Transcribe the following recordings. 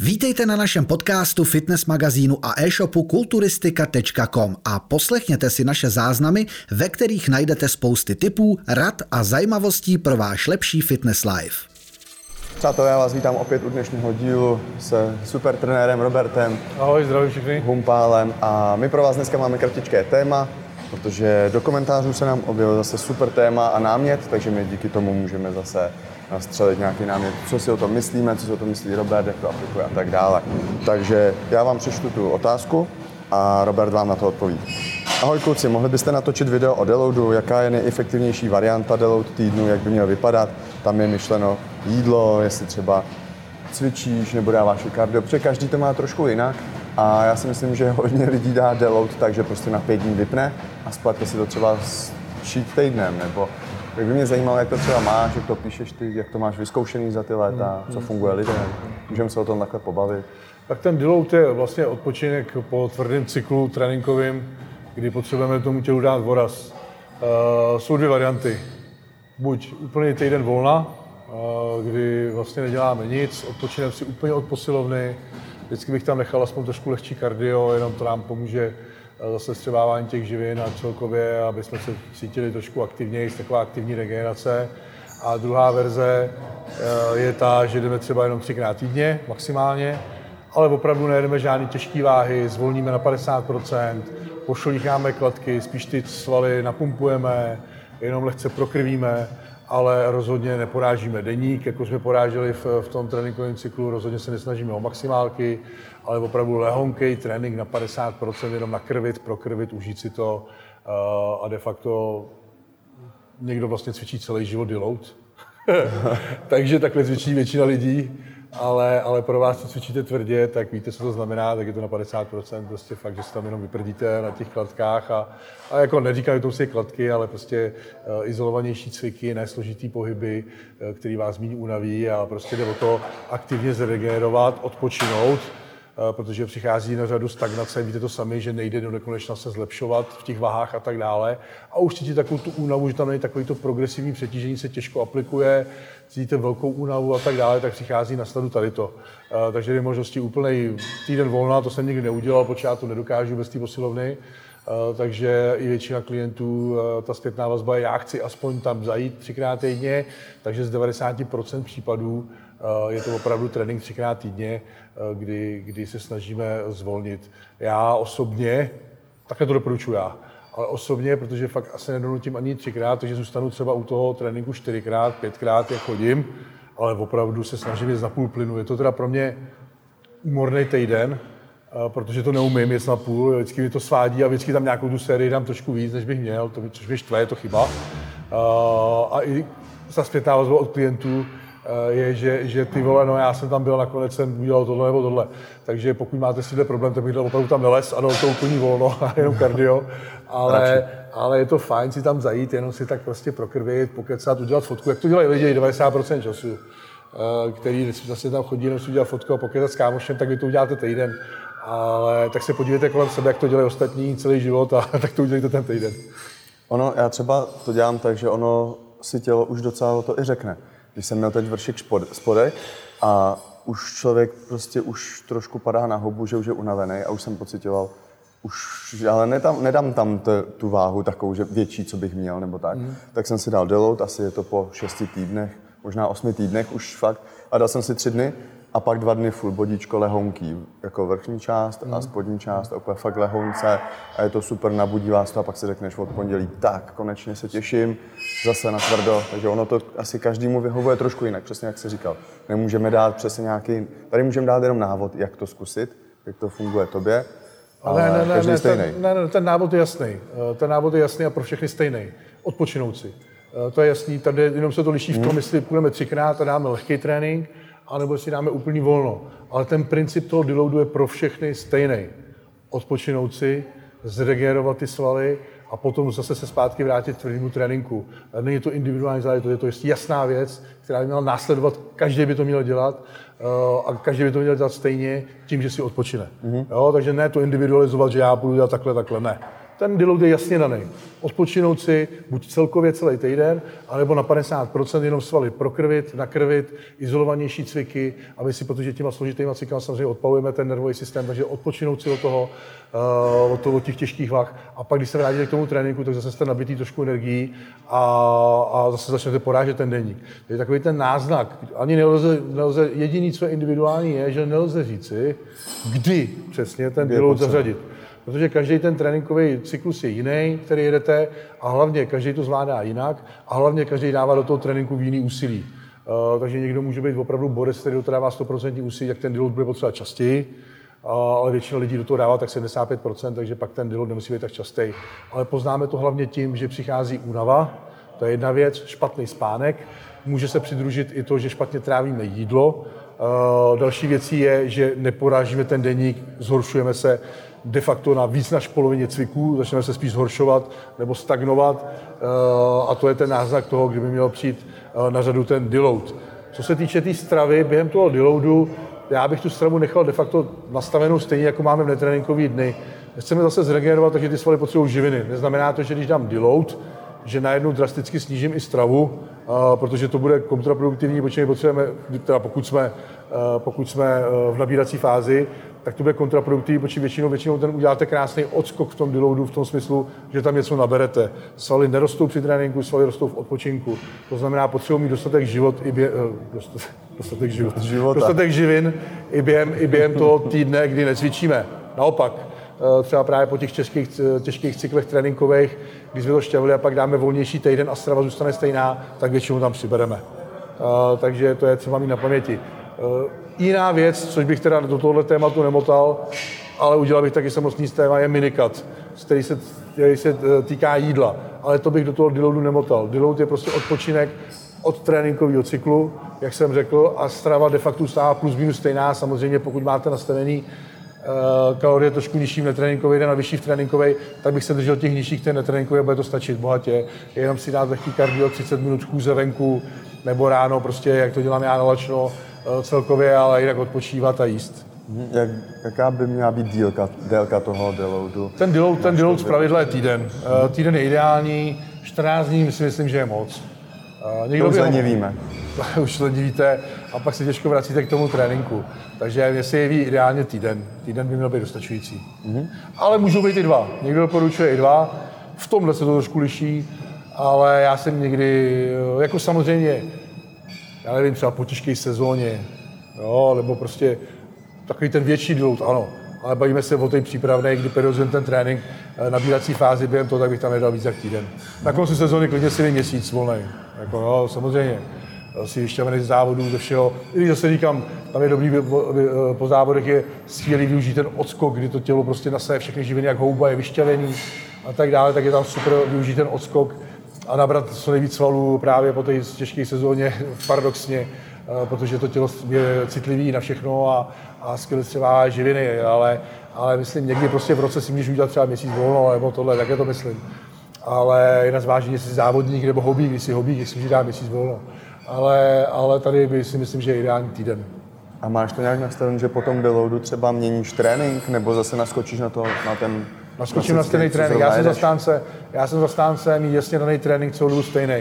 Vítejte na našem podcastu, fitness magazínu a e-shopu kulturistika.com a poslechněte si naše záznamy, ve kterých najdete spousty tipů, rad a zajímavostí pro váš lepší fitness life. Přátelé, já vás vítám opět u dnešního dílu se super trenérem Robertem. Ahoj, zdravím všechny. Humpálem a my pro vás dneska máme kratičké téma, protože do komentářů se nám objevil zase super téma a námět, takže my díky tomu můžeme zase nastřelit nějaký námět, co si o tom myslíme, co si o tom myslí Robert, jak to aplikuje a tak dále. Takže já vám přečtu tu otázku a Robert vám na to odpoví. Ahoj kluci, mohli byste natočit video o deloadu, jaká je nejefektivnější varianta deload týdnu, jak by měl vypadat? Tam je myšleno jídlo, jestli třeba cvičíš nebo dáváš kardio, protože každý to má trošku jinak a já si myslím, že hodně lidí dá deload, takže prostě na 5 dní vypne a splete si to třeba s cheat týdnem, nebo tak by mě zajímalo, jak to třeba máš, jak to píšeš ty, jak to máš vyzkoušený za ty léta, co funguje lidem. Můžeme se o tom takhle pobavit. Tak ten deload je vlastně odpočinek po tvrdém cyklu tréninkovým, kdy potřebujeme tomu tělu dát voraz. Jsou dvě varianty. Buď úplný týden volna, kdy vlastně neděláme nic, odpočineme si úplně od posilovny. Vždycky bych tam nechal aspoň trošku lehčí kardio, jenom to nám pomůže zase střebávání těch živin a celkově, aby jsme se cítili trošku aktivněji, taková aktivní regenerace. A druhá verze je ta, že jdeme třeba jenom 3krát týdně maximálně, ale opravdu nejedeme žádný těžké váhy, zvolníme na 50%, pošolícháme kladky, spíš ty svaly napumpujeme, jenom lehce prokrvíme, ale rozhodně neporážíme deník, jako jsme poráželi v tom tréninkovém cyklu, rozhodně se nesnažíme o maximálky, ale opravdu lehonkej trénink na 50%, jenom nakrvit, prokrvit, užít si to a de facto někdo vlastně cvičí celý život deload. Takže takhle cvičí většina lidí, ale pro vás, co cvičíte tvrdě, tak víte, co to znamená, tak je to na 50%, prostě fakt, že se tam jenom vyprdíte na těch kladkách a jako neříkám, že to jsou kladky, ale prostě izolovanější cviky, nesložitý pohyby, který vás méně unaví a prostě jde o to aktivně zregenerovat, odpočinout, protože přichází na řadu stagnace, víte to sami, že nejde do nekonečna se zlepšovat v těch vahách a tak dále. A už cítíte takovou tu únavu, že tam není takovýto progresivní přetížení, se těžko aplikuje, cítíte velkou únavu a tak dále, tak přichází na sledu tady to. Takže je možností úplný týden volna, to jsem nikdy neudělal, protože já to nedokážu bez té posilovny. Takže i většina klientů, ta zpětná vazba je, já chci aspoň tam zajít 3krát týdně, takže z 90% případů je to opravdu trénink 3krát týdně, kdy se snažíme zvolnit. Já osobně, takhle to doporučuji já, ale osobně, protože fakt asi nedonutím ani 3krát, takže zůstanu třeba u toho tréninku 4krát, 5krát, jak chodím, ale opravdu se snažím jít na půl plynu. Je to teda pro mě úmorný týden, protože to neumím jet na půl, vždycky mi to svádí a vždycky tam nějakou tu sérii dám trošku víc, než bych měl, což mě štve, je to chyba. A i ta zpětná vazba od klientů je, že ty vole, no já jsem tam byl, nakonec jsem udělal tohle nebo tohle. Takže pokud máte s tímhle problém, tak bych opravdu tam nelez a dal to úplně volno a jenom kardio. Ale je to fajn si tam zajít, jenom si tak prostě prokrvit, pokecat, udělat fotku, jak to dělají lidi 90% času, který zase tam chodí, jenom si udělat fotku a pokecat s kámošem, tak vy to uděláte týden. Ale tak se podívejte kolem sebe, jak to dělají ostatní celý život a tak to udělejte ten týden. Ono, já třeba to dělám tak, že ono si tělo už docela to i řekne. Když jsem měl teď vršek spodek a už člověk prostě už trošku padá na hubu, že už je unavený a už jsem pocitoval, ale nedám tam tu váhu takovou, že větší, co bych měl nebo tak. Tak jsem si dal deload, asi je to po 6 týdnech, možná 8 týdnech už fakt a dal jsem si 3 dny a pak 2 dny full bodíčko lehonký, jako vrchní část a spodní část a úplně fakt lehounce a je to super, nabudí vás to a pak si řekneš od pondělí, tak konečně se těším, zase na tvrdo, takže ono to asi každému vyhovuje trošku jinak, přesně jak jsi říkal. Nemůžeme dát přesně nějaký, tady můžeme dát jenom návod, jak to zkusit, jak to funguje tobě, ale každý je stejný. Ten návod je jasný, a pro všechny stejný, odpočinout si. To je jasný, tady jenom se to liší v tom, jestli půjdeme 3krát a dáme lehký trénink, anebo si dáme úplný volno. Ale ten princip toho deloadu je pro všechny stejný. Odpočinout si, zregenerovat ty svaly a potom zase se zpátky vrátit k tvrdému tréninku. Není to individuální záležitost, je to jasná věc, která by měla následovat, každý by to měl dělat a každý by to měl dělat stejně tím, že si odpočine. Jo, takže ne to individualizovat, že já budu dělat takhle, ne. Ten deload je jasně daný. Odpočinout si buď celkově celý týden, anebo na 50% jenom svaly prokrvit, nakrvit, izolovanější cviky, aby si, protože těma složitýma cvikama samozřejmě odpalujeme ten nervový systém, takže odpočinout si od toho, od těch těžkých vah. A pak, když se vrátíte k tomu tréninku, tak zase jste nabitý trošku energií a zase začnete porážet ten deník. Je takový ten náznak. Ani nelze, jediný, co je individuální, je, že nelze říci, kdy přesně ten deload zařadit. Protože každý ten tréninkový cyklus je jiný, který jedete, a hlavně každý to zvládá jinak a hlavně každý dává do toho tréninku jiný úsilí. Takže někdo může být opravdu borec, který do toho dává 100% úsilí, jak ten deload bude potřebovat častěji, ale většina lidí do toho dává tak 75%, takže pak ten deload nemusí být tak častý. Ale poznáme to hlavně tím, že přichází únava, to je jedna věc, špatný spánek, může se přidružit i to, že špatně trávíme jídlo. Další věcí je, že neporážíme ten deník, zhoršujeme se de facto na víc než polovině cviků, začneme se spíš zhoršovat nebo stagnovat a to je ten náznak toho, kdyby měl přijít na řadu ten deload. Co se týče té stravy, během toho deloadu, já bych tu stravu nechal de facto nastavenou stejně, jako máme v netréninkový dny. Chceme zase zregenerovat, takže ty svaly potřebují živiny. Neznamená to, že když dám deload, že najednou drasticky snížím i stravu, protože to bude kontraproduktivní, protože potřebujeme, teda pokud jsme v nabírací fázi, tak to bude kontraproduktivní, protože většinou ten uděláte krásný odskok v tom deloadu v tom smyslu, že tam něco naberete. Svaly nerostou při tréninku, svaly rostou v odpočinku. To znamená, potřebují mít dostatek dostatek živin i během toho týdne, kdy necvičíme. Naopak, třeba právě po těch těžkých cyklech tréninkových, když jsme to šťavili a pak dáme volnější týden a strava zůstane stejná, tak většinou tam přibereme. Takže to je třeba mít na paměti. Jiná věc, což bych teda do tohoto tématu nemotal, ale udělal bych taky samotný téma, je minicut, který se týká jídla. Ale to bych do toho deloadu nemotal. Deload je prostě odpočinek od tréninkového cyklu, jak jsem řekl, a strava de facto stává plus minus stejná. Samozřejmě pokud máte nastavený kalorie trošku nižší v netréninkový den a vyšší v tréninkový, tak bych se držel těch nižších ten netréninkový a bude to stačit bohatě. Jenom si dát lehký kardio, 30 minut chůze venku, nebo ráno, prostě jak to dělám já na lačno, celkově, ale jinak odpočívat a jíst. Jaká by měla být délka toho deloadu? Ten deload zpravidla je týden. Týden je ideální, 14 dní si myslím, že je moc. To už lenivíme. Už lenivíte a pak se těžko vracíte k tomu tréninku. Takže mě se jeví ideálně týden. Týden by měl být dostačující. Ale můžou být i 2. Někdo doporučuje i 2. V tomhle se to trošku liší, ale já jsem někdy, jako samozřejmě, já nevím, třeba po těžké sezóně, jo, nebo prostě takový ten větší deload, ano. Ale bavíme se o té přípravné, kdy periodizujeme ten trénink, nabírací fázi během toho, tak bych tam nedal víc jak týden. Na konci sezóny klidně si měsíc volnej. Jako, no, samozřejmě. Si vyšťavený z závodů, ze všeho. I když zase říkám, tam je dobrý, po závodech je skvělý využít ten odskok, kdy to tělo prostě nasaje všechny živiny jak houba, je vyšťavený a tak dále, tak je tam super využít ten odskok a nabrat co nejvíc svalů právě po té těžké sezóně, paradoxně, protože to tělo je citlivý na všechno a skvěle třeba živiny, ale myslím, někdy prostě v roce si můžeš udělat třeba měsíc volno, nebo tohle, tak je to myslím. Ale je na zvážení, jestli jsi závodník nebo hobík, když jsi hobík, jestli můžeš dát měsíc volno. Ale tady si myslím, že je ideální týden. A máš to nějak nastavené, že po tom deloadu třeba měníš trénink, nebo zase naskočíš na ten... Naskočím na stejný trénink. Já jsem zastánce mít jasně daný trénink celou dobu stejný.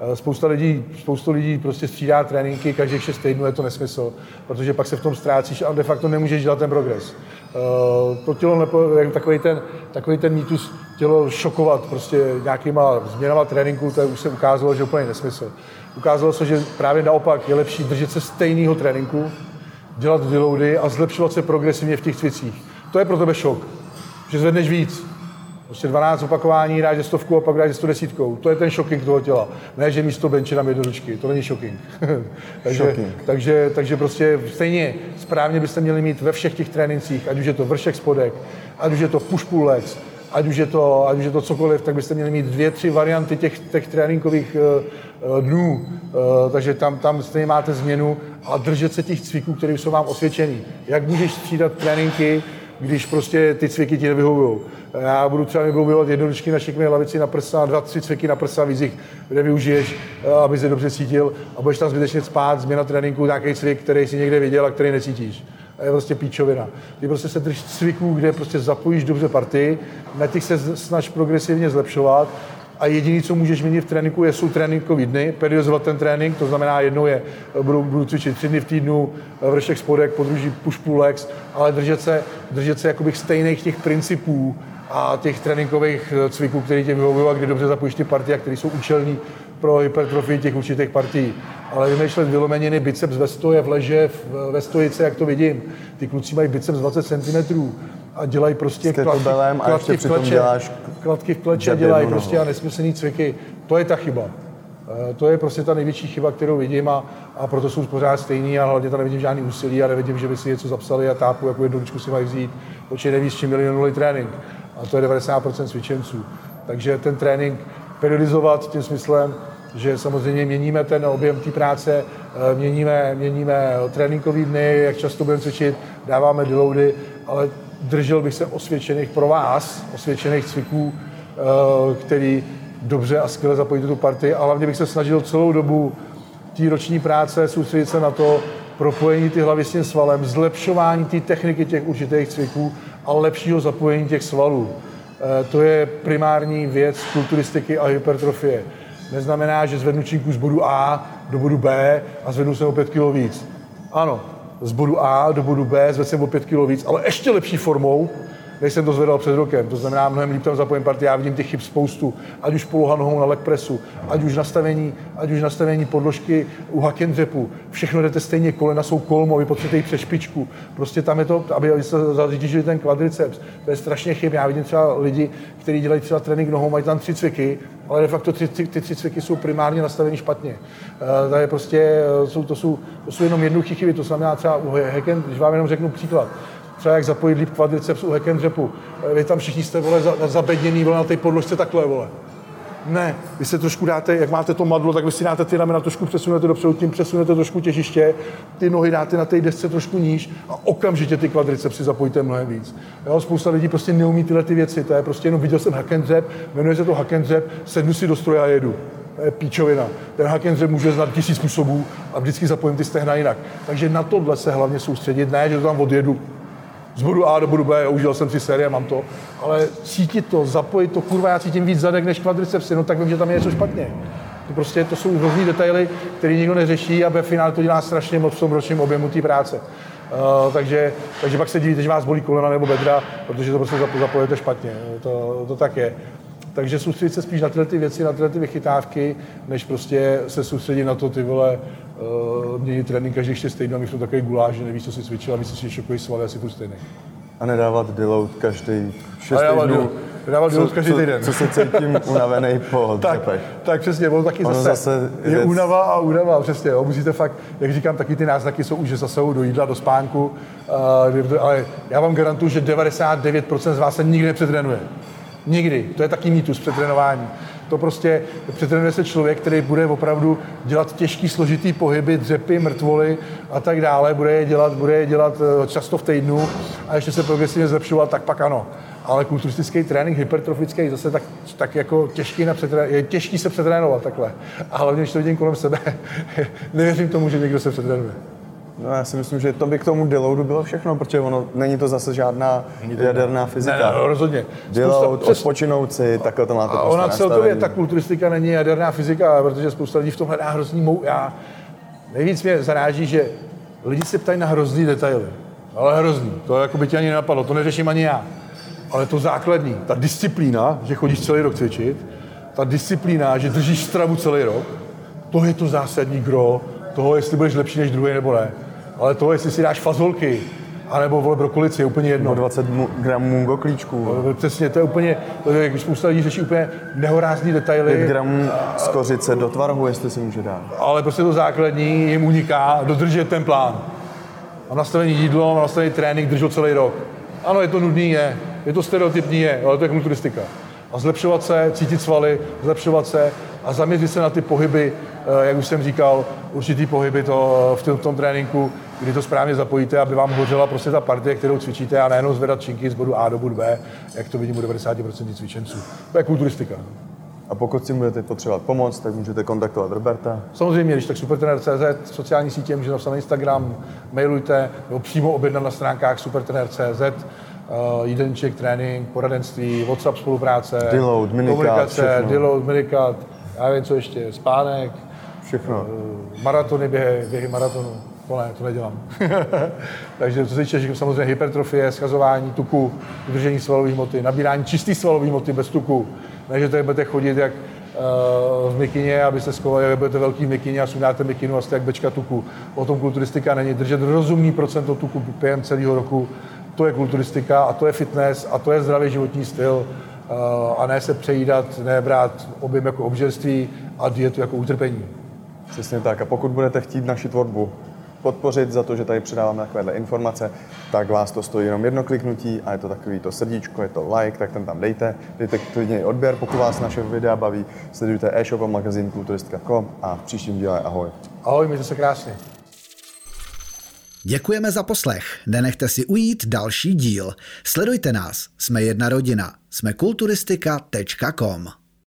Spousta lidí prostě střídá tréninky, každých 6 týdnů je to nesmysl, protože pak se v tom ztrácíš a de facto nemůžeš dělat ten progres. To tělo, takový ten mýtus, tělo šokovat prostě nějakýma změnama tréninku, to už se ukázalo, že úplně nesmysl. Ukázalo se, že právě naopak je lepší držet se stejného tréninku, dělat deloady a zlepšovat se progresivně v těch cvicích. To je pro tebe šok, že zvedneš víc. Prostě 12 opakování, dáš 100 a pak dáš 110. To je ten shocking toho těla. Ne, že místo benče dám jednoručky, to není shocking. takže prostě stejně správně byste měli mít ve všech těch trénincích, ať už je to vršek spodek, ať už je to push-pull legs, ať už je to cokoliv, tak byste měli mít 2-3 varianty těch tréninkových dnů. Takže tam stejně máte změnu a držet se těch cviků, které jsou vám osvědčený. Jak můžeš střídat tréninky, když prostě ty cviky ti nevyhovují. Já budu třeba vyhovovat jednodušky na šikmé lavici na prsa, 2-3 cviky na prsa, víc jich nevyužiješ, aby se dobře cítil a budeš tam zbytečně spát, změna tréninku, nějaký cvik, který si někde viděl a který necítíš. A je prostě píčovina. Ty prostě se drž cviků, kde prostě zapojíš dobře partii, na těch se snaž progresivně zlepšovat a jediné, co můžeš měnit v tréninku, jsou tréninkový dny, periodizovat ten trénink, to znamená jednou budu cvičit 3 dny v týdnu, vršek, spodek, podruží, push, pull, legs, ale držet se jakoby stejných těch principů a těch tréninkových cviků, které tě vyhovují a kde dobře zapojíš ty partie, které jsou účelné pro hypertrofii těch určitých partií. Ale vymýšlet vylomeniny biceps ve stoje, v leže, ve stojice, jak to vidím. Ty kluci mají biceps 20 cm a dělají prostě kladky v kleče dělají prostě a nesmyslný cviky. To je ta chyba. To je prostě ta největší chyba, kterou vidím a proto jsou pořád stejný a hlavně tam nevidím žádný úsilí a nevidím, že by si něco zapsali a tápu, jakou jednodučku si mají vzít, protože neví, s čím měli minulý trénink. A to je 90% cvičenců. Takže ten trénink periodizovat tím smyslem, že samozřejmě měníme ten objem té práce, měníme tréninkové dny, jak často budeme cvičit, dáváme deloady, ale držel bych se osvědčených pro vás, osvědčených cviků, který dobře a skvěle zapojí tu partii a hlavně bych se snažil celou dobu té roční práce soustředit se na to propojení ty hlavy s tím svalem, zlepšování té techniky těch určitých cviků a lepšího zapojení těch svalů. To je primární věc kulturistiky a hypertrofie. Neznamená, že zvednu činku z bodu A do bodu B a zvednu jsem o 5 kg víc. Ano, z bodu A do bodu B zvedl jsem o 5 kg víc, ale ještě lepší formou, než jsem to zvedal před rokem. To znamená, mnohem líp tam zapojím partii, já vidím těch chyb spoustu, ať už poloha nohou na leg pressu, ať už nastavení podložky u hack and repu. Všechno jdete stejně, kolena jsou kolmo, vy potřebujete přes špičku. Prostě tam je to, aby se zatížili ten kvadriceps. To je strašně chyb. Já vidím třeba lidi, kteří dělají třeba trénink nohou, mají tam 3 cviky, ale de facto ty 3 cviky jsou primárně nastaveny špatně. To je prostě, to jsou jenom jednoduché chyby, to znamená třeba u hack and, když vám jenom řeknu příklad. Třeba jak zapojit líp kvadriceps u hack and repu. Vy tam všichni jste, vole, zabedněný, vole, na té podložce takhle, vole. Ne, vy se trošku dáte, jak máte to madlo, tak vy si dáte ty ramena, trošku přesunete dopředu, tím přesunete trošku těžiště, ty nohy dáte na té desce trošku níž a okamžitě ty kvadricepsy zapojíte mnohem víc. Jo, spousta lidí prostě neumí tyhle ty věci, to je prostě jenom viděl jsem hack and rep, jmenuje se to hack and rep, sednu si do stroje a jedu. To je píčovina. Ten hack and rep může znát 1000 způsobů a vždycky zapojím ty stehna jinak. Takže na tohle se hlavně soustředit, ne, že to tam odjedu z bodu A do bodu B, užil jsem si série, mám to, ale cítit to, zapojit to, kurva, já cítím víc zadek než kvadricepsy, no tak vím, že tam je něco špatně. To jsou různý detaily, které nikdo neřeší a ve finále to dělá strašně moc v tom ročním objemu té práce. Takže pak se divíte, že vás bolí kolena nebo bedra, protože to prostě zapojujete špatně, to tak je. Takže soustředit se spíš na tyhle ty věci, na tyhle ty vychytávky, než prostě se soustředit na to, ty vole, měnit trénink každých 6 týdnů a mít to takový guláš, že nevíš, co si cvičil a myslíš si, že šokový sval, asi tu stejný. A nedávat deload každý 6 týdnů. Nedávat deload každý týden. Co se cítím unavený po dřepech. Tak přesně, ono taky zase je únava a únava, přesně. Jo. Musíte fakt, jak říkám, taky ty náznaky jsou už, že zasahují do jídla, do spánku, ale já vám garantuju, že 99% z vás se nikdy nepřetrénuje. Nikdy. To je taky mýtus přetrénování. To prostě přetrénuje se člověk, který bude opravdu dělat těžký, složitý pohyby, dřepy, mrtvoly a tak dále. Bude je dělat často v týdnu a ještě se progresivně zlepšovat, tak pak ano. Ale kulturistický trénink, hypertrofický, zase tak jako je těžký se přetrénovat takhle. A hlavně, když to vidím kolem sebe, nevěřím tomu, že někdo se přetrénuje. No, já si myslím, že to by k tomu deloadu bylo všechno, protože ono není to zase žádná jaderná fyzika. Ne, rozhodně. Deload, odpočinout si, takhle to máte prostě ona celkově, ta kulturistika není jaderná fyzika, protože spousta lidí v tom hledá hrozný nejvíc mě zaráží, že lidi se ptají na hrozný detaily. Ale hrozný, to jako by tě ani nenapadlo, to neřeším ani já. Ale to základní, ta disciplína, že chodíš celý rok cvičit, ta disciplína, že držíš stravu celý rok, to je to zásadní gro toho, jestli budeš lepší než druhý nebo ne. Ale to, jestli si dáš fazolky, anebo vole brokolici, je úplně jedno. 20 gramů mungoklíčků. Přesně, to je úplně, když spousta lidí řeší úplně nehorázný detaily. 5 gramů z kořice do tvarohu, jestli si může dát. Ale prostě to základní jim uniká dodržet ten plán. A nastavený jídlo, a nastavený trénink držel celý rok. Ano, je to nudný, je to stereotypní, ale to je kulturistika. A zlepšovat se, cítit svaly, zlepšovat se a zaměřit se na ty pohyby, jak už jsem říkal, určitý pohyby v tom tréninku, kdy to správně zapojíte, aby vám hořela prostě ta partie, kterou cvičíte a nejenom zvedat činky z bodu A do bodu B, jak to vidím u 90% cvičenců. To je kulturistika. A pokud si budete potřebovat pomoc, tak můžete kontaktovat Roberta. Samozřejmě, když tak supertrenér.cz, sociální sítě, můžete napsat na Instagram, mailujte, nebo přímo objednat na stránkách supertrenér.cz, jídelníček, trénink, poradenství, WhatsApp spolupráce, deload, komunikace, deload, minikat, já nevím, co ještě, spánek, všechno. Maratony, běhy maratonu. To nedělám. Takže co se týče samozřejmě hypertrofie, schazování tuku, udržení svalové hmoty, nabírání čisté svalové hmoty bez tuku. Ne, že tady budete chodit jak v mikině, abyste schovali, jak budete velký v mikině a sundáte mikinu a jste jak bečka tuku. O tom kulturistika není. Držet rozumný procento tuku během celého roku, to je kulturistika a to je fitness a to je zdravý životní styl. A ne se přejídat, ne brát objem jako obžerství a dietu jako utrpení. Přesně tak. A pokud budete chtít naši tvorbu podpořit za to, že tady předáváme takovéhle informace, tak vás to stojí jenom jedno kliknutí a je to takový to srdíčko, je to like, tak ten tam dejte klidně i odběr, pokud vás naše videa baví, sledujte e-shop a magazín kulturistika.com a v příštím díle ahoj. Ahoj, mějte se krásně. Děkujeme za poslech. Nenechte si ujít další díl. Sledujte nás. Jsme jedna rodina. Jsme kulturistika.com.